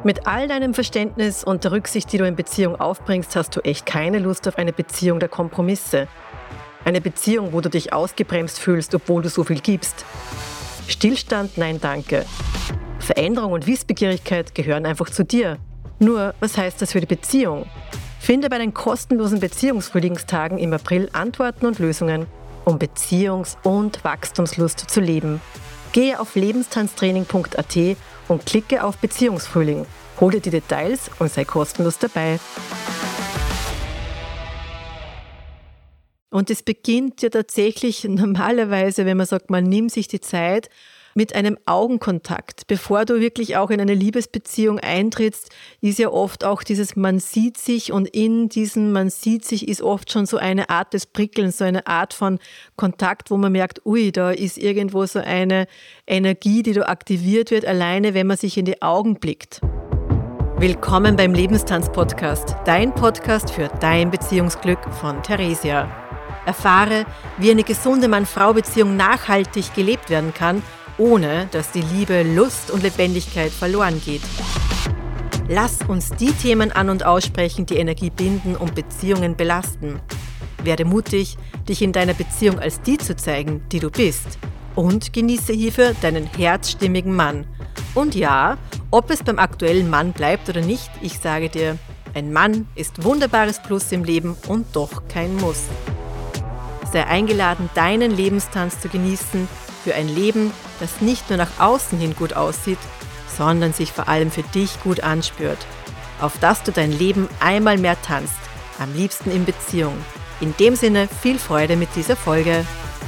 Mit all deinem Verständnis und der Rücksicht, die du in Beziehung aufbringst, hast du echt keine Lust auf eine Beziehung der Kompromisse. Eine Beziehung, wo du dich ausgebremst fühlst, obwohl du so viel gibst. Stillstand, nein danke. Veränderung und Wissbegierigkeit gehören einfach zu dir. Nur, was heißt das für die Beziehung? Finde bei den kostenlosen Beziehungsfrühlingstagen im April Antworten und Lösungen, um Beziehungs- und Wachstumslust zu leben. Gehe auf lebenstanztraining.at und klicke auf Beziehungsfrühling. Hol dir die Details und sei kostenlos dabei. Und es beginnt ja tatsächlich normalerweise, wenn man sagt, man nimmt sich die Zeit, mit einem Augenkontakt. Bevor du wirklich auch in eine Liebesbeziehung eintrittst, ist ja oft auch dieses man sieht sich, und in diesem man sieht sich ist oft schon so eine Art des Prickelns, so eine Art von Kontakt, wo man merkt, ui, da ist irgendwo so eine Energie, die da aktiviert wird, alleine wenn man sich in die Augen blickt. Willkommen beim Lebenstanz-Podcast, dein Podcast für dein Beziehungsglück von Theresia. Erfahre, wie eine gesunde Mann-Frau-Beziehung nachhaltig gelebt werden kann, ohne dass die Liebe, Lust und Lebendigkeit verloren geht. Lass uns die Themen an- und aussprechen, die Energie binden und Beziehungen belasten. Werde mutig, dich in deiner Beziehung als die zu zeigen, die du bist. Und genieße hierfür deinen herzstimmigen Mann. Und ja, ob es beim aktuellen Mann bleibt oder nicht, ich sage dir, ein Mann ist wunderbares Plus im Leben und doch kein Muss. Sei eingeladen, deinen Lebenstanz zu genießen für ein Leben, das nicht nur nach außen hin gut aussieht, sondern sich vor allem für dich gut anspürt. Auf dass du dein Leben einmal mehr tanzt, am liebsten in Beziehung. In dem Sinne, viel Freude mit dieser Folge.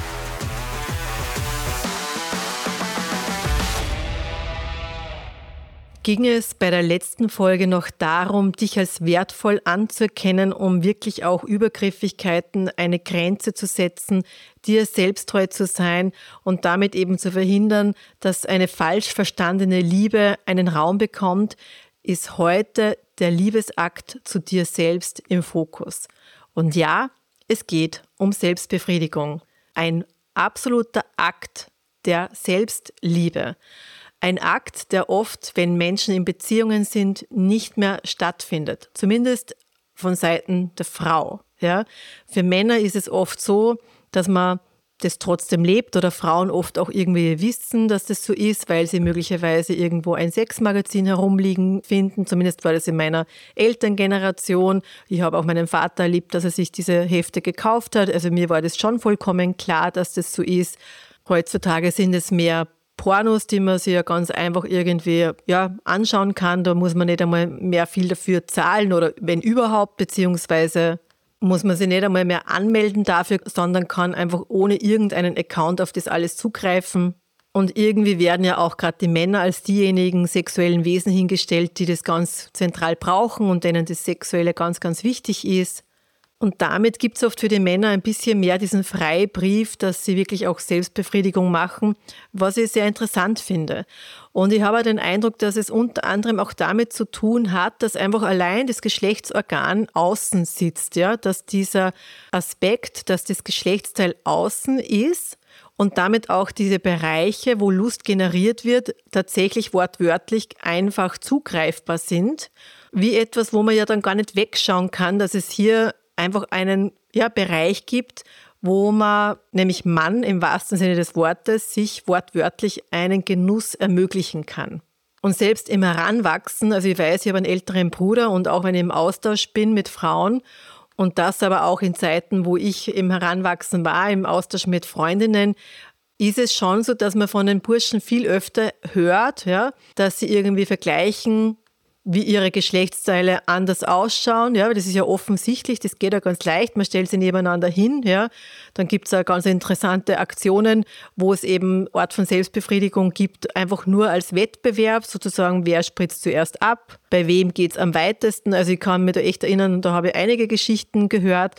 Ging es bei der letzten Folge noch darum, dich als wertvoll anzuerkennen, um wirklich auch Übergriffigkeiten eine Grenze zu setzen, dir selbst treu zu sein und damit eben zu verhindern, dass eine falsch verstandene Liebe einen Raum bekommt, ist heute der Liebesakt zu dir selbst im Fokus. Und ja, es geht um Selbstbefriedigung. Ein absoluter Akt der Selbstliebe. Ein Akt, der oft, wenn Menschen in Beziehungen sind, nicht mehr stattfindet. Zumindest von Seiten der Frau. Ja. Für Männer ist es oft so, dass man das trotzdem lebt oder Frauen oft auch irgendwie wissen, dass das so ist, weil sie möglicherweise irgendwo ein Sexmagazin herumliegen finden. Zumindest war das in meiner Elterngeneration. Ich habe auch meinen Vater erlebt, dass er sich diese Hefte gekauft hat. Also mir war das schon vollkommen klar, dass das so ist. Heutzutage sind es mehr Pornos, die man sich ja ganz einfach irgendwie anschauen kann. Da muss man nicht einmal mehr viel dafür zahlen oder wenn überhaupt, beziehungsweise muss man sich nicht einmal mehr anmelden dafür, sondern kann einfach ohne irgendeinen Account auf das alles zugreifen. Und irgendwie werden ja auch gerade die Männer als diejenigen sexuellen Wesen hingestellt, die das ganz zentral brauchen und denen das Sexuelle ganz, ganz wichtig ist. Und damit gibt es oft für die Männer ein bisschen mehr diesen Freibrief, dass sie wirklich auch Selbstbefriedigung machen, was ich sehr interessant finde. Und ich habe den Eindruck, dass es unter anderem auch damit zu tun hat, dass einfach allein das Geschlechtsorgan außen sitzt, ja, dass dieser Aspekt, dass das Geschlechtsteil außen ist und damit auch diese Bereiche, wo Lust generiert wird, tatsächlich wortwörtlich einfach zugreifbar sind, wie etwas, wo man ja dann gar nicht wegschauen kann, dass es hier einfach einen Bereich gibt, wo man, nämlich Mann im wahrsten Sinne des Wortes, sich wortwörtlich einen Genuss ermöglichen kann. Und selbst im Heranwachsen, also ich weiß, ich habe einen älteren Bruder und auch wenn ich im Austausch bin mit Frauen und das aber auch in Zeiten, wo ich im Heranwachsen war, im Austausch mit Freundinnen, ist es schon so, dass man von den Burschen viel öfter hört, ja, dass sie irgendwie vergleichen, wie ihre Geschlechtsteile anders ausschauen. Ja, das ist ja offensichtlich, das geht ja ganz leicht. Man stellt sie nebeneinander hin. Ja. Dann gibt es ja ganz interessante Aktionen, wo es eben Art von Selbstbefriedigung gibt, einfach nur als Wettbewerb, sozusagen, wer spritzt zuerst ab, bei wem geht es am weitesten. Also ich kann mich da echt erinnern, da habe ich einige Geschichten gehört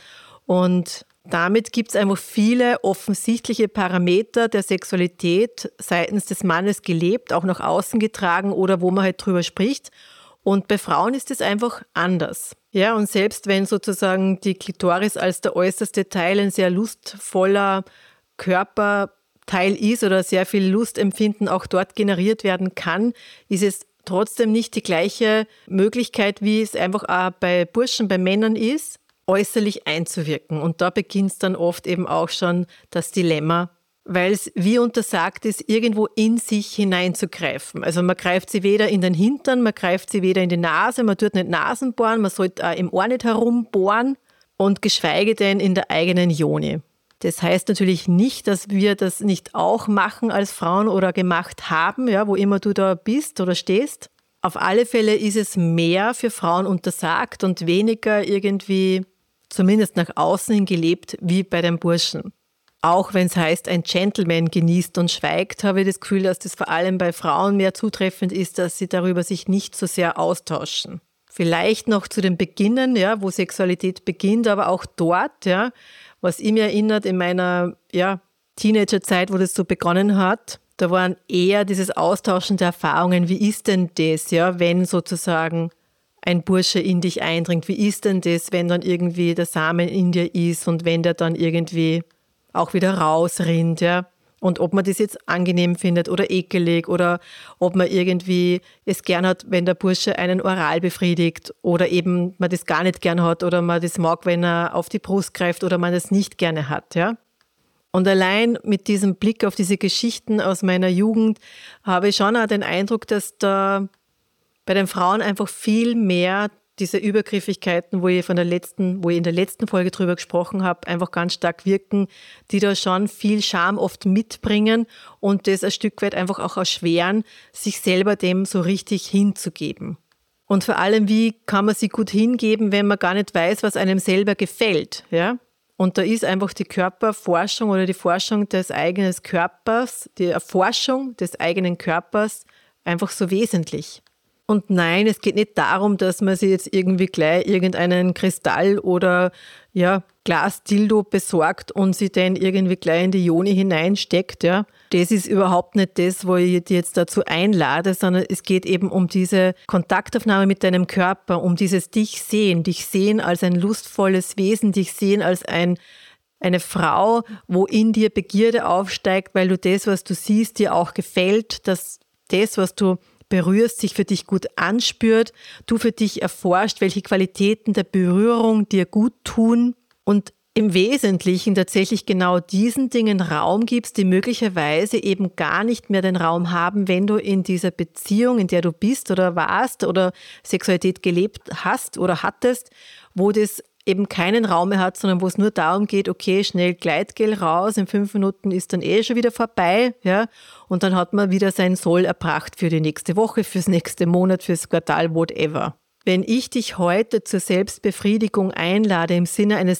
und damit gibt es einfach viele offensichtliche Parameter der Sexualität seitens des Mannes gelebt, auch nach außen getragen oder wo man halt drüber spricht. Und bei Frauen ist es einfach anders. Ja, und selbst wenn sozusagen die Klitoris als der äußerste Teil ein sehr lustvoller Körperteil ist oder sehr viel Lustempfinden auch dort generiert werden kann, ist es trotzdem nicht die gleiche Möglichkeit, wie es einfach auch bei Burschen, bei Männern ist, äußerlich einzuwirken. Und da beginnt es dann oft eben auch schon das Dilemma, weil es wie untersagt ist, irgendwo in sich hineinzugreifen. Also man greift sie weder in den Hintern, man greift sie weder in die Nase, man tut nicht Nasen bohren, man sollte auch im Ohr nicht herumbohren und geschweige denn in der eigenen Yoni. Das heißt natürlich nicht, dass wir das nicht auch machen als Frauen oder gemacht haben, ja, wo immer du da bist oder stehst. Auf alle Fälle ist es mehr für Frauen untersagt und weniger irgendwie, zumindest nach außen hin gelebt, wie bei den Burschen. Auch wenn es heißt, ein Gentleman genießt und schweigt, habe ich das Gefühl, dass das vor allem bei Frauen mehr zutreffend ist, dass sie darüber sich nicht so sehr austauschen. Vielleicht noch zu den Beginnen, ja, wo Sexualität beginnt, aber auch dort, ja, was ich mir erinnert in meiner Teenagerzeit, wo das so begonnen hat, da waren eher dieses Austauschen der Erfahrungen. Wie ist denn das, ja, wenn sozusagen ein Bursche in dich eindringt? Wie ist denn das, wenn dann irgendwie der Samen in dir ist und wenn der dann irgendwie auch wieder rausrinnt, ja? Und ob man das jetzt angenehm findet oder ekelig oder ob man irgendwie es gern hat, wenn der Bursche einen oral befriedigt oder eben man das gar nicht gern hat oder man das mag, wenn er auf die Brust greift oder man das nicht gerne hat, ja. Und allein mit diesem Blick auf diese Geschichten aus meiner Jugend habe ich schon auch den Eindruck, dass da bei den Frauen einfach viel mehr diese Übergriffigkeiten, wo ich in der letzten Folge drüber gesprochen habe, einfach ganz stark wirken, die da schon viel Scham oft mitbringen und das ein Stück weit einfach auch erschweren, sich selber dem so richtig hinzugeben. Und vor allem, wie kann man sich gut hingeben, wenn man gar nicht weiß, was einem selber gefällt, ja? Und da ist einfach die Körperforschung oder die Forschung des eigenen Körpers, die Erforschung des eigenen Körpers einfach so wesentlich. Und nein, es geht nicht darum, dass man sich jetzt irgendwie gleich irgendeinen Kristall oder Glas-Dildo besorgt und sie den irgendwie gleich in die Yoni hineinsteckt. Ja. Das ist überhaupt nicht das, wo ich dich jetzt dazu einlade, sondern es geht eben um diese Kontaktaufnahme mit deinem Körper, um dieses dich sehen als ein lustvolles Wesen, dich sehen als eine Frau, wo in dir Begierde aufsteigt, weil du das, was du siehst, dir auch gefällt, dass das, was du berührst, sich für dich gut anspürt, du für dich erforscht, welche Qualitäten der Berührung dir gut tun und im Wesentlichen tatsächlich genau diesen Dingen Raum gibst, die möglicherweise eben gar nicht mehr den Raum haben, wenn du in dieser Beziehung, in der du bist oder warst oder Sexualität gelebt hast oder hattest, wo das eben keinen Raum mehr hat, sondern wo es nur darum geht, okay, schnell Gleitgel raus, in 5 Minuten ist dann schon wieder vorbei, ja, und dann hat man wieder sein Soll erbracht für die nächste Woche, fürs nächste Monat, fürs Quartal, whatever. Wenn ich dich heute zur Selbstbefriedigung einlade im Sinne eines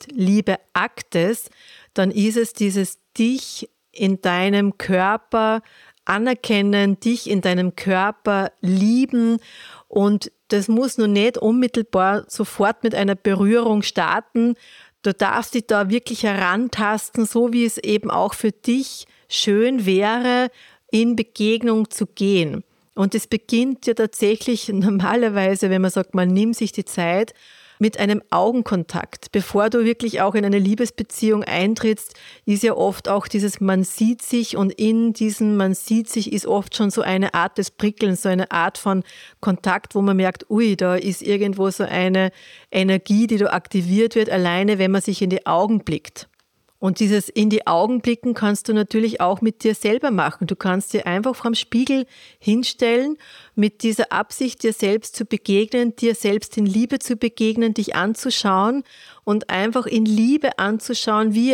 Selbstliebeaktes, dann ist es dieses dich in deinem Körper anerkennen, dich in deinem Körper lieben und das muss nur nicht unmittelbar sofort mit einer Berührung starten. Du darfst dich da wirklich herantasten, so wie es eben auch für dich schön wäre, in Begegnung zu gehen. Und es beginnt ja tatsächlich normalerweise, wenn man sagt, man nimmt sich die Zeit, mit einem Augenkontakt. Bevor du wirklich auch in eine Liebesbeziehung eintrittst, ist ja oft auch dieses man sieht sich und in diesem man sieht sich ist oft schon so eine Art des Prickelns, so eine Art von Kontakt, wo man merkt, ui, da ist irgendwo so eine Energie, die da aktiviert wird, alleine wenn man sich in die Augen blickt. Und dieses in die Augen blicken kannst du natürlich auch mit dir selber machen. Du kannst dir einfach vorm Spiegel hinstellen, mit dieser Absicht, dir selbst zu begegnen, dir selbst in Liebe zu begegnen, dich anzuschauen und einfach in Liebe anzuschauen, wie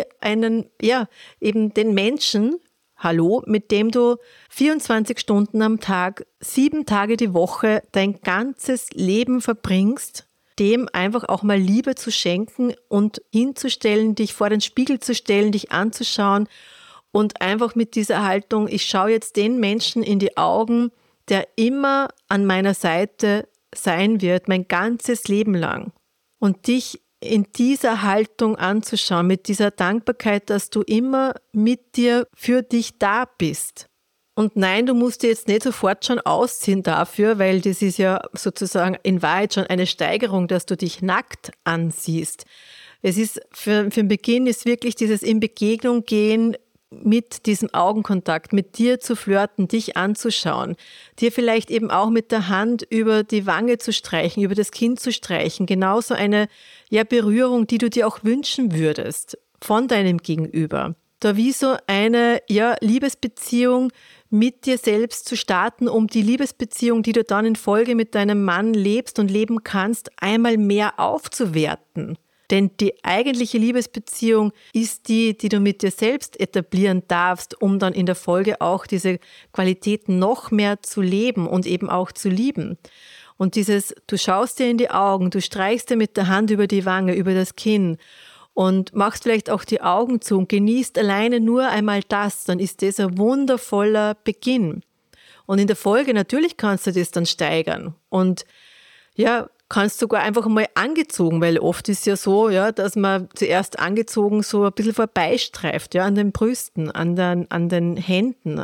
eben den Menschen, mit dem du 24 Stunden am Tag, 7 Tage die Woche dein ganzes Leben verbringst, dem einfach auch mal Liebe zu schenken und hinzustellen, dich vor den Spiegel zu stellen, dich anzuschauen und einfach mit dieser Haltung, ich schaue jetzt den Menschen in die Augen, der immer an meiner Seite sein wird, mein ganzes Leben lang. Und dich in dieser Haltung anzuschauen, mit dieser Dankbarkeit, dass du immer mit dir für dich da bist. Und nein, du musst dir jetzt nicht sofort schon ausziehen dafür, weil das ist ja sozusagen in Wahrheit schon eine Steigerung, dass du dich nackt ansiehst. Es ist für den Beginn ist wirklich dieses in Begegnung gehen, mit diesem Augenkontakt, mit dir zu flirten, dich anzuschauen, dir vielleicht eben auch mit der Hand über die Wange zu streichen, über das Kinn zu streichen, genauso eine Berührung, die du dir auch wünschen würdest von deinem Gegenüber. Da wie so eine Liebesbeziehung mit dir selbst zu starten, um die Liebesbeziehung, die du dann in Folge mit deinem Mann lebst und leben kannst, einmal mehr aufzuwerten. Denn die eigentliche Liebesbeziehung ist die du mit dir selbst etablieren darfst, um dann in der Folge auch diese Qualitäten noch mehr zu leben und eben auch zu lieben. Und du schaust dir in die Augen, du streichst dir mit der Hand über die Wange, über das Kinn und machst vielleicht auch die Augen zu und genießt alleine nur einmal das, dann ist das ein wundervoller Beginn. Und in der Folge natürlich kannst du das dann steigern und kannst sogar einfach mal angezogen, weil oft ist ja so, dass man zuerst angezogen so ein bisschen vorbeistreift, an den Brüsten, an den Händen,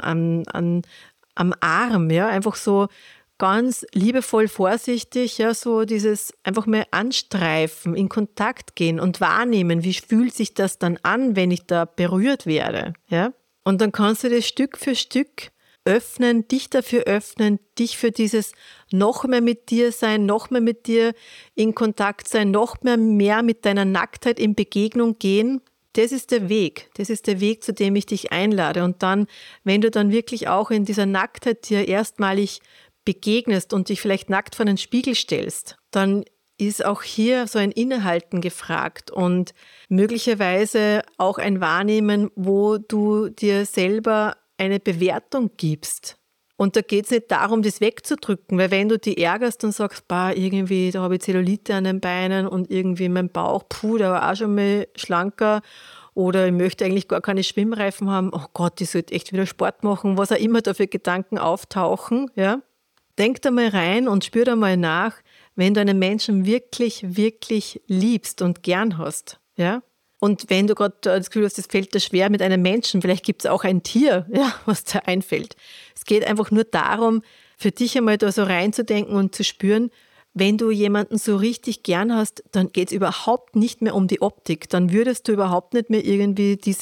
am Arm, einfach so ganz liebevoll vorsichtig, so dieses einfach mal anstreifen, in Kontakt gehen und wahrnehmen, wie fühlt sich das dann an, wenn ich da berührt werde, Und dann kannst du das Stück für Stück öffnen, dich dafür öffnen, dich für dieses noch mehr mit dir sein, noch mehr mit dir in Kontakt sein, noch mehr mit deiner Nacktheit in Begegnung gehen. Das ist der Weg. Das ist der Weg, zu dem ich dich einlade. Und dann, wenn du dann wirklich auch in dieser Nacktheit dir erstmalig begegnest und dich vielleicht nackt vor einen Spiegel stellst, dann ist auch hier so ein Innehalten gefragt und möglicherweise auch ein Wahrnehmen, wo du dir selber eine Bewertung gibst. Und da geht es nicht darum, das wegzudrücken, weil wenn du dich ärgerst und sagst, irgendwie, da habe ich Zellulite an den Beinen und irgendwie mein Bauch, der war auch schon mal schlanker oder ich möchte eigentlich gar keine Schwimmreifen haben, oh Gott, ich sollte echt wieder Sport machen, was auch immer da für Gedanken auftauchen, Denk da mal rein und spür da mal nach, wenn du einen Menschen wirklich, wirklich liebst und gern hast, Und wenn du gerade das Gefühl hast, es fällt dir schwer mit einem Menschen, vielleicht gibt es auch ein Tier, was dir einfällt. Es geht einfach nur darum, für dich einmal da so reinzudenken und zu spüren, wenn du jemanden so richtig gern hast, dann geht es überhaupt nicht mehr um die Optik. Dann würdest du überhaupt nicht mehr irgendwie es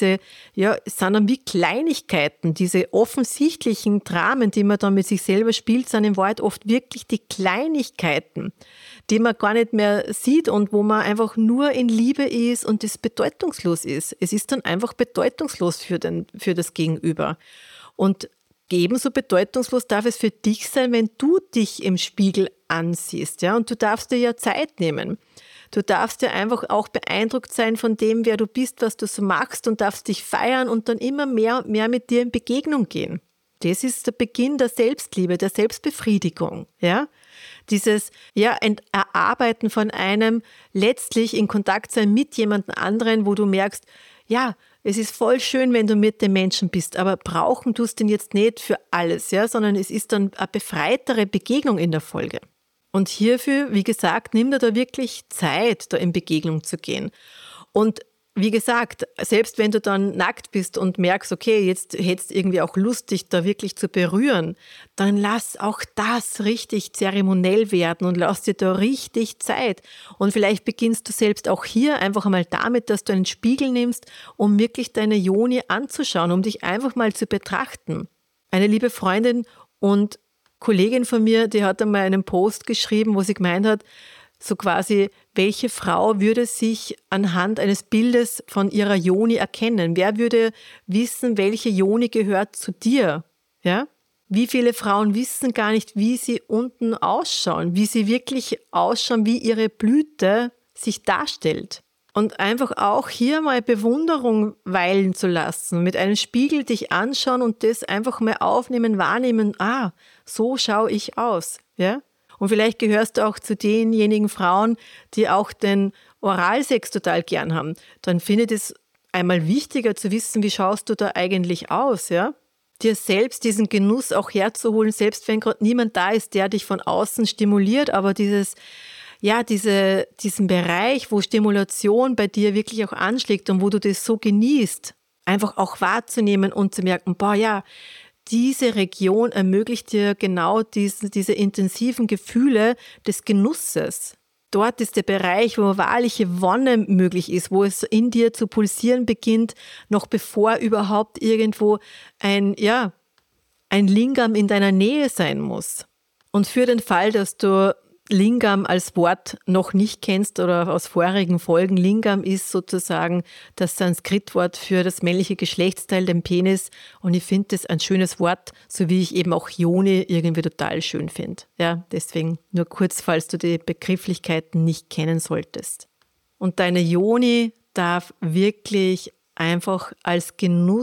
sind dann wie Kleinigkeiten, diese offensichtlichen Dramen, die man dann mit sich selber spielt, sind in Wahrheit oft wirklich die Kleinigkeiten, die man gar nicht mehr sieht und wo man einfach nur in Liebe ist und das bedeutungslos ist. Es ist dann einfach bedeutungslos für das Gegenüber. Und ebenso bedeutungslos darf es für dich sein, wenn du dich im Spiegel ansiehst, und du darfst dir Zeit nehmen. Du darfst ja einfach auch beeindruckt sein von dem, wer du bist, was du so machst und darfst dich feiern und dann immer mehr und mehr mit dir in Begegnung gehen. Das ist der Beginn der Selbstliebe, der Selbstbefriedigung, Dieses Erarbeiten von einem, letztlich in Kontakt sein mit jemand anderen, wo du merkst, es ist voll schön, wenn du mit dem Menschen bist, aber brauchen tust du ihn jetzt nicht für alles, sondern es ist dann eine befreitere Begegnung in der Folge. Und hierfür, wie gesagt, nimm dir da wirklich Zeit, da in Begegnung zu gehen. Und wie gesagt, selbst wenn du dann nackt bist und merkst, okay, jetzt hättest du irgendwie auch Lust, dich da wirklich zu berühren, dann lass auch das richtig zeremoniell werden und lass dir da richtig Zeit. Und vielleicht beginnst du selbst auch hier einfach einmal damit, dass du einen Spiegel nimmst, um wirklich deine Yoni anzuschauen, um dich einfach mal zu betrachten. Eine liebe Freundin und Kollegin von mir, die hat einmal einen Post geschrieben, wo sie gemeint hat, so quasi, welche Frau würde sich anhand eines Bildes von ihrer Yoni erkennen? Wer würde wissen, welche Yoni gehört zu dir? Wie viele Frauen wissen gar nicht, wie sie unten ausschauen, wie sie wirklich ausschauen, wie ihre Blüte sich darstellt. Und einfach auch hier mal Bewunderung weilen zu lassen, mit einem Spiegel dich anschauen und das einfach mal aufnehmen, wahrnehmen, so schaue ich aus, Und vielleicht gehörst du auch zu denjenigen Frauen, die auch den Oralsex total gern haben. Dann finde ich es einmal wichtiger zu wissen, wie schaust du da eigentlich aus, Dir selbst diesen Genuss auch herzuholen, selbst wenn gerade niemand da ist, der dich von außen stimuliert, aber diesen Bereich, wo Stimulation bei dir wirklich auch anschlägt und wo du das so genießt, einfach auch wahrzunehmen und zu merken, diese Region ermöglicht dir genau diese intensiven Gefühle des Genusses. dort ist der Bereich, wo wahrliche Wonne möglich ist, wo es in dir zu pulsieren beginnt, noch bevor überhaupt irgendwo ein Lingam in deiner Nähe sein muss. Und für den Fall, dass du Lingam als Wort noch nicht kennst oder aus vorigen Folgen, Lingam ist sozusagen das Sanskritwort für das männliche Geschlechtsteil, den Penis. Und ich finde das ein schönes Wort, so wie ich eben auch Yoni irgendwie total schön finde. Ja, deswegen nur kurz, falls du die Begrifflichkeiten nicht kennen solltest. Und deine Yoni darf wirklich einfach als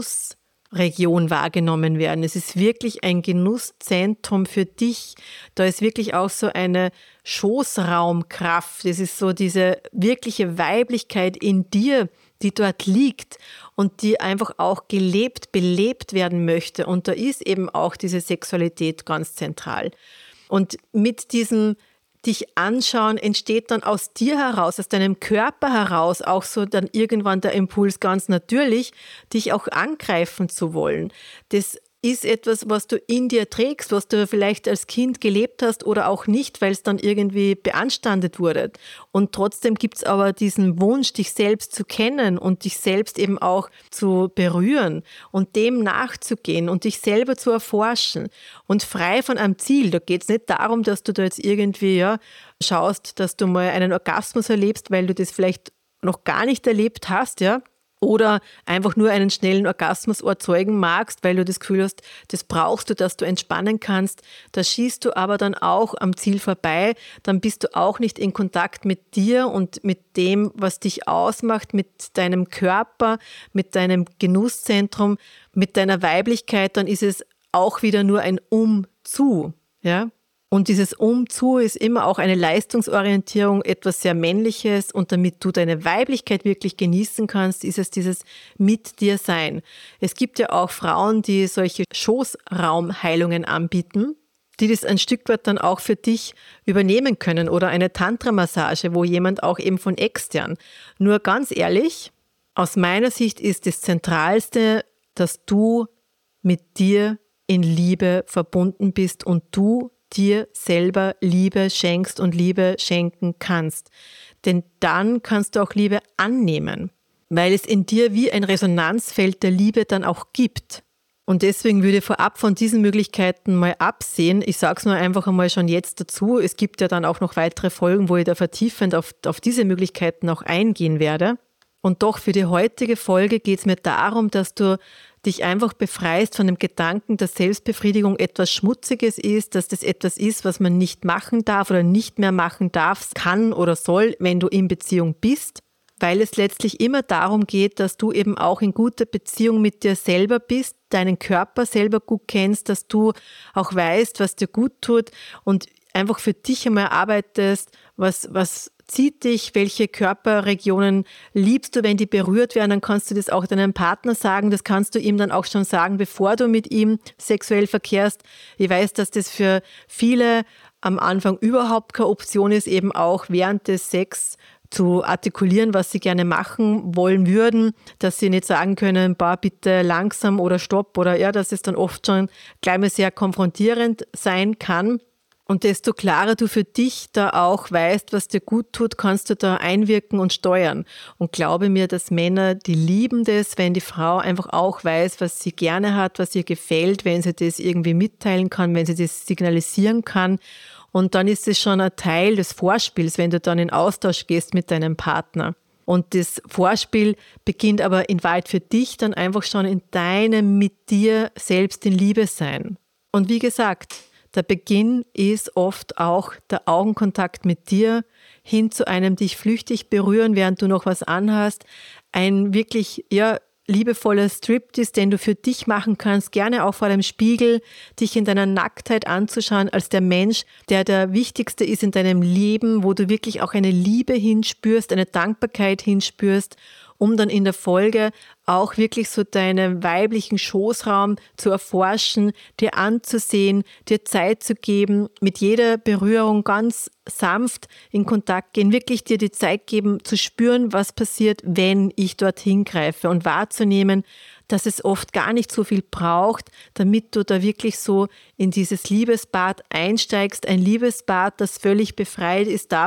Genussregion wahrgenommen werden. Es ist wirklich ein Genusszentrum für dich. Da ist wirklich auch so eine Schoßraumkraft. Es ist so diese wirkliche Weiblichkeit in dir, die dort liegt und die einfach auch gelebt, belebt werden möchte. Und da ist eben auch diese Sexualität ganz zentral. Und mit diesem dich anschauen, entsteht dann aus dir heraus, aus deinem Körper heraus auch so dann irgendwann der Impuls ganz natürlich, dich auch angreifen zu wollen. Das ist etwas, was du in dir trägst, was du vielleicht als Kind gelebt hast oder auch nicht, weil es dann irgendwie beanstandet wurde. Und trotzdem gibt es aber diesen Wunsch, dich selbst zu kennen und dich selbst eben auch zu berühren und dem nachzugehen und dich selber zu erforschen und frei von einem Ziel. Da geht es nicht darum, dass du da jetzt irgendwie schaust, dass du mal einen Orgasmus erlebst, weil du das vielleicht noch gar nicht erlebt hast, ja. Oder einfach nur einen schnellen Orgasmus erzeugen magst, weil du das Gefühl hast, das brauchst du, dass du entspannen kannst. Da schießt du aber dann auch am Ziel vorbei. Dann bist du auch nicht in Kontakt mit dir und mit dem, was dich ausmacht, mit deinem Körper, mit deinem Genusszentrum, mit deiner Weiblichkeit. Dann ist es auch wieder nur ein Umzu, ja. Und dieses Umzu ist immer auch eine Leistungsorientierung, etwas sehr Männliches. Und damit du deine Weiblichkeit wirklich genießen kannst, ist es dieses mit dir sein. Es gibt ja auch Frauen, die solche Schoßraumheilungen anbieten, die das ein Stück weit dann auch für dich übernehmen können. Oder eine Tantra-Massage, wo jemand auch eben von extern. Nur ganz ehrlich, aus meiner Sicht ist das Zentralste, dass du mit dir in Liebe verbunden bist und du dir selber Liebe schenkst und Liebe schenken kannst. Denn dann kannst du auch Liebe annehmen, weil es in dir wie ein Resonanzfeld der Liebe dann auch gibt. Und deswegen würde ich vorab von diesen Möglichkeiten mal absehen. Ich sage es nur einfach einmal schon jetzt dazu. Es gibt ja dann auch noch weitere Folgen, wo ich da vertiefend auf diese Möglichkeiten auch eingehen werde. Und doch für die heutige Folge geht es mir darum, dass du dich einfach befreist von dem Gedanken, dass Selbstbefriedigung etwas Schmutziges ist, dass das etwas ist, was man nicht machen darf oder nicht mehr machen darf, kann oder soll, wenn du in Beziehung bist, weil es letztlich immer darum geht, dass du eben auch in guter Beziehung mit dir selber bist, deinen Körper selber gut kennst, dass du auch weißt, was dir gut tut und einfach für dich einmal arbeitest, was zieht dich, welche Körperregionen liebst du, wenn die berührt werden, dann kannst du das auch deinem Partner sagen, das kannst du ihm dann auch schon sagen, bevor du mit ihm sexuell verkehrst. Ich weiß, dass das für viele am Anfang überhaupt keine Option ist, eben auch während des Sex zu artikulieren, was sie gerne machen wollen würden, dass sie nicht sagen können, bitte langsam oder stopp oder dass es dann oft schon gleich mal sehr konfrontierend sein kann. Und desto klarer du für dich da auch weißt, was dir gut tut, kannst du da einwirken und steuern. Und glaube mir, dass Männer, die lieben das, wenn die Frau einfach auch weiß, was sie gerne hat, was ihr gefällt, wenn sie das irgendwie mitteilen kann, wenn sie das signalisieren kann. Und dann ist es schon ein Teil des Vorspiels, wenn du dann in Austausch gehst mit deinem Partner. Und das Vorspiel beginnt aber in Wahrheit für dich dann einfach schon in deinem mit dir selbst in Liebe sein. Und wie gesagt, der Beginn ist oft auch der Augenkontakt mit dir hin zu einem dich flüchtig berühren, während du noch was anhast. Ein wirklich liebevoller Striptease, den du für dich machen kannst, gerne auch vor dem Spiegel, dich in deiner Nacktheit anzuschauen als der Mensch, der wichtigste ist in deinem Leben, wo du wirklich auch eine Liebe hinspürst, eine Dankbarkeit hinspürst, um dann in der Folge auch wirklich so deinen weiblichen Schoßraum zu erforschen, dir anzusehen, dir Zeit zu geben, mit jeder Berührung ganz sanft in Kontakt gehen, wirklich dir die Zeit geben, zu spüren, was passiert, wenn ich dorthin greife und wahrzunehmen, dass es oft gar nicht so viel braucht, damit du da wirklich so in dieses Liebesbad einsteigst. Ein Liebesbad, das völlig befreit ist davon,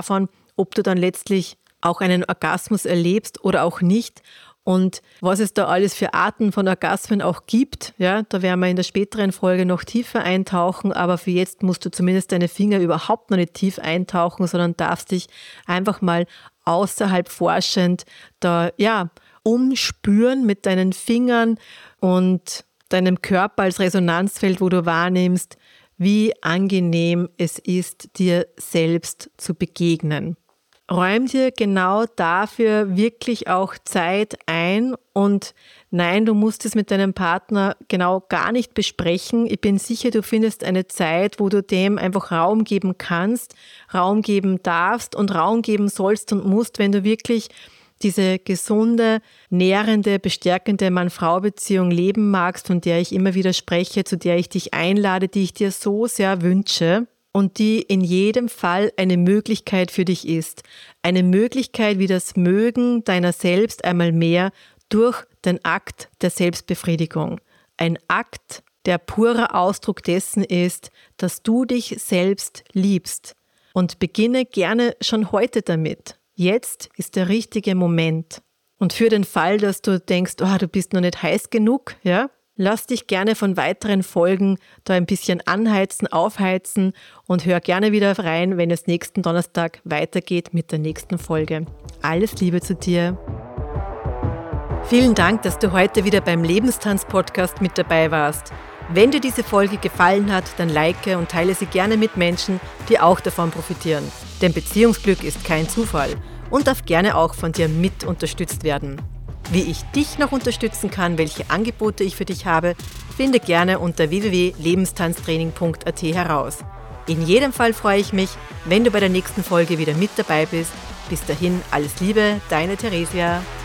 ob du dann letztlich auch einen Orgasmus erlebst oder auch nicht. Und was es da alles für Arten von Orgasmen auch gibt, ja, da werden wir in der späteren Folge noch tiefer eintauchen, aber für jetzt musst du zumindest deine Finger überhaupt noch nicht tief eintauchen, sondern darfst dich einfach mal außerhalb forschend da, umspüren mit deinen Fingern und deinem Körper als Resonanzfeld, wo du wahrnimmst, wie angenehm es ist, dir selbst zu begegnen. Räum dir genau dafür wirklich auch Zeit ein und nein, du musst es mit deinem Partner genau gar nicht besprechen. Ich bin sicher, du findest eine Zeit, wo du dem einfach Raum geben kannst, Raum geben darfst und Raum geben sollst und musst, wenn du wirklich diese gesunde, nährende, bestärkende Mann-Frau-Beziehung leben magst, von der ich immer wieder spreche, zu der ich dich einlade, die ich dir so sehr wünsche. Und die in jedem Fall eine Möglichkeit für dich ist. Eine Möglichkeit wie das Mögen deiner selbst einmal mehr durch den Akt der Selbstbefriedigung. Ein Akt, der purer Ausdruck dessen ist, dass du dich selbst liebst. Und beginne gerne schon heute damit. Jetzt ist der richtige Moment. Und für den Fall, dass du denkst, du bist noch nicht heiß genug, ja, lass dich gerne von weiteren Folgen da ein bisschen anheizen, aufheizen und hör gerne wieder rein, wenn es nächsten Donnerstag weitergeht mit der nächsten Folge. Alles Liebe zu dir. Vielen Dank, dass du heute wieder beim Lebenstanz-Podcast mit dabei warst. Wenn dir diese Folge gefallen hat, dann like und teile sie gerne mit Menschen, die auch davon profitieren. Denn Beziehungsglück ist kein Zufall und darf gerne auch von dir mit unterstützt werden. Wie ich dich noch unterstützen kann, welche Angebote ich für dich habe, finde gerne unter www.lebenstanztraining.at heraus. In jedem Fall freue ich mich, wenn du bei der nächsten Folge wieder mit dabei bist. Bis dahin, alles Liebe, deine Theresia.